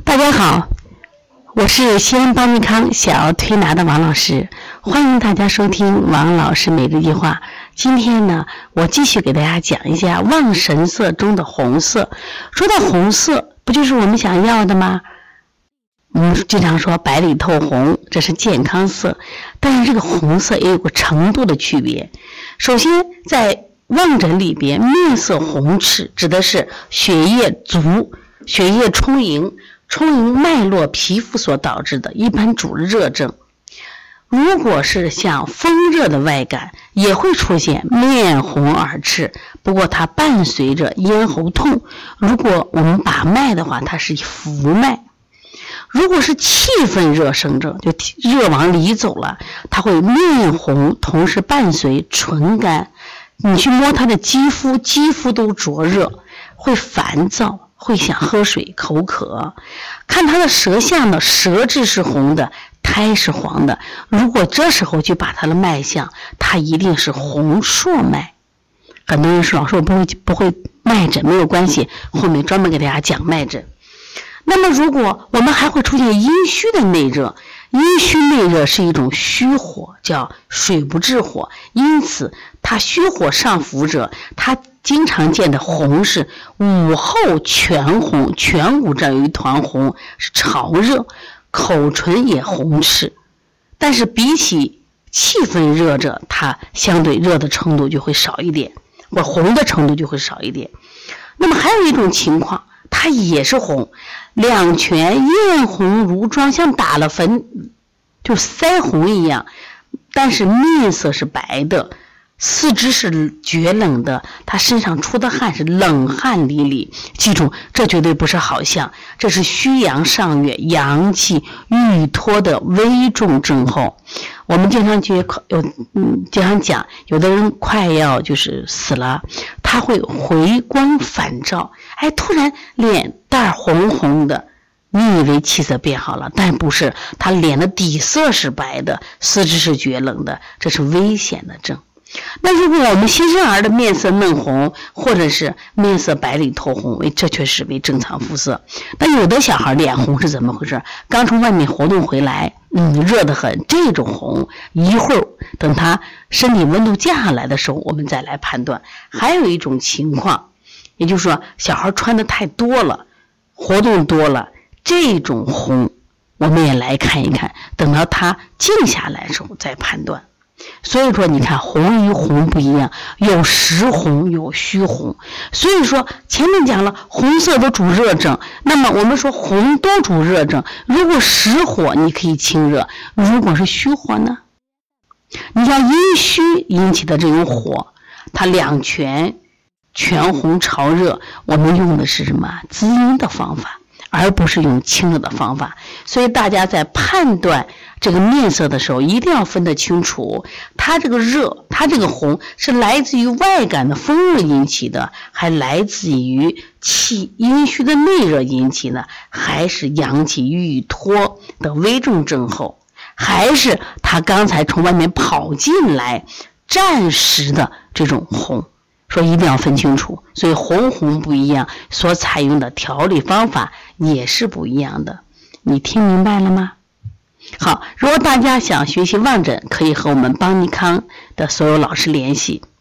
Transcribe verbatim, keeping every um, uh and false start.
大家好，我是西安邦尼康小儿推拿的王老师，欢迎大家收听王老师每日一话。今天呢，我继续给大家讲一下望神色中的红色。说到红色，不就是我们想要的吗？我们经常说白里透红，这是健康色，但是这个红色也有个程度的区别。首先，在望诊里边，面色红赤指的是血液足，血液充盈，充盈脉络皮肤所导致的，一般主热症。如果是像风热的外感，也会出现面红耳赤，不过它伴随着咽喉痛。如果我们把脉的话，它是浮脉。如果是气愤热生症，就热往里走了，它会面红，同时伴随唇干。你去摸它的肌肤，肌肤都灼热，会烦躁，会想喝水，口渴。看它的舌象呢，舌质是红的，苔是黄的。如果这时候去把它的脉象，它一定是红硕脉。很多人说老师我不会不会脉诊，没有关系，后面专门给大家讲脉诊。那么如果我们还会出现阴虚的内热，阴虚内热是一种虚火，叫水不制火，因此它虚火上浮者，它经常见的红是午后全红，颧骨这儿有一团红，是潮热，口唇也红赤。但是比起气愤热者，它相对热的程度就会少一点，或红的程度就会少一点。那么还有一种情况，它也是红，两拳艳红如妆，像打了粉，就腮红一样，但是面色是白的，四肢是厥冷的，他身上出的汗是冷汗淋漓。记住，这绝对不是好象，这是虚阳上越，阳气郁脱的危重症候。我们经常觉有嗯，经常讲，有的人快要就是死了，他会回光返照，哎，突然脸蛋红红的，你以为气色变好了，但不是，他脸的底色是白的，四肢是厥冷的，这是危险的症。那如果我们新生儿的面色嫩红，或者是面色白里透红，为这确实为正常肤色。那有的小孩脸红是怎么回事？刚从外面活动回来，嗯，热得很，这种红一会儿等他身体温度降下来的时候，我们再来判断。还有一种情况，也就是说小孩穿的太多了，活动多了，这种红我们也来看一看，等到他静下来的时候再判断。所以说你看红与红不一样，有实红有虚红。所以说前面讲了红色都主热症，那么我们说红都主热症，如果实火你可以清热，如果是虚火呢，你像阴虚引起的这种火，它两拳全红潮热，我们用的是什么滋阴的方法，而不是用清热的方法。所以大家在判断这个面色的时候，一定要分得清楚，它这个热，它这个红是来自于外感的风热引起的，还来自于气阴虚的内热引起的，还是阳气郁脱的危重症候，还是他刚才从外面跑进来暂时的这种红。说一定要分清楚，所以红红不一样，所采用的调理方法也是不一样的。你听明白了吗？好，如果大家想学习望诊，可以和我们邦尼康的所有老师联系。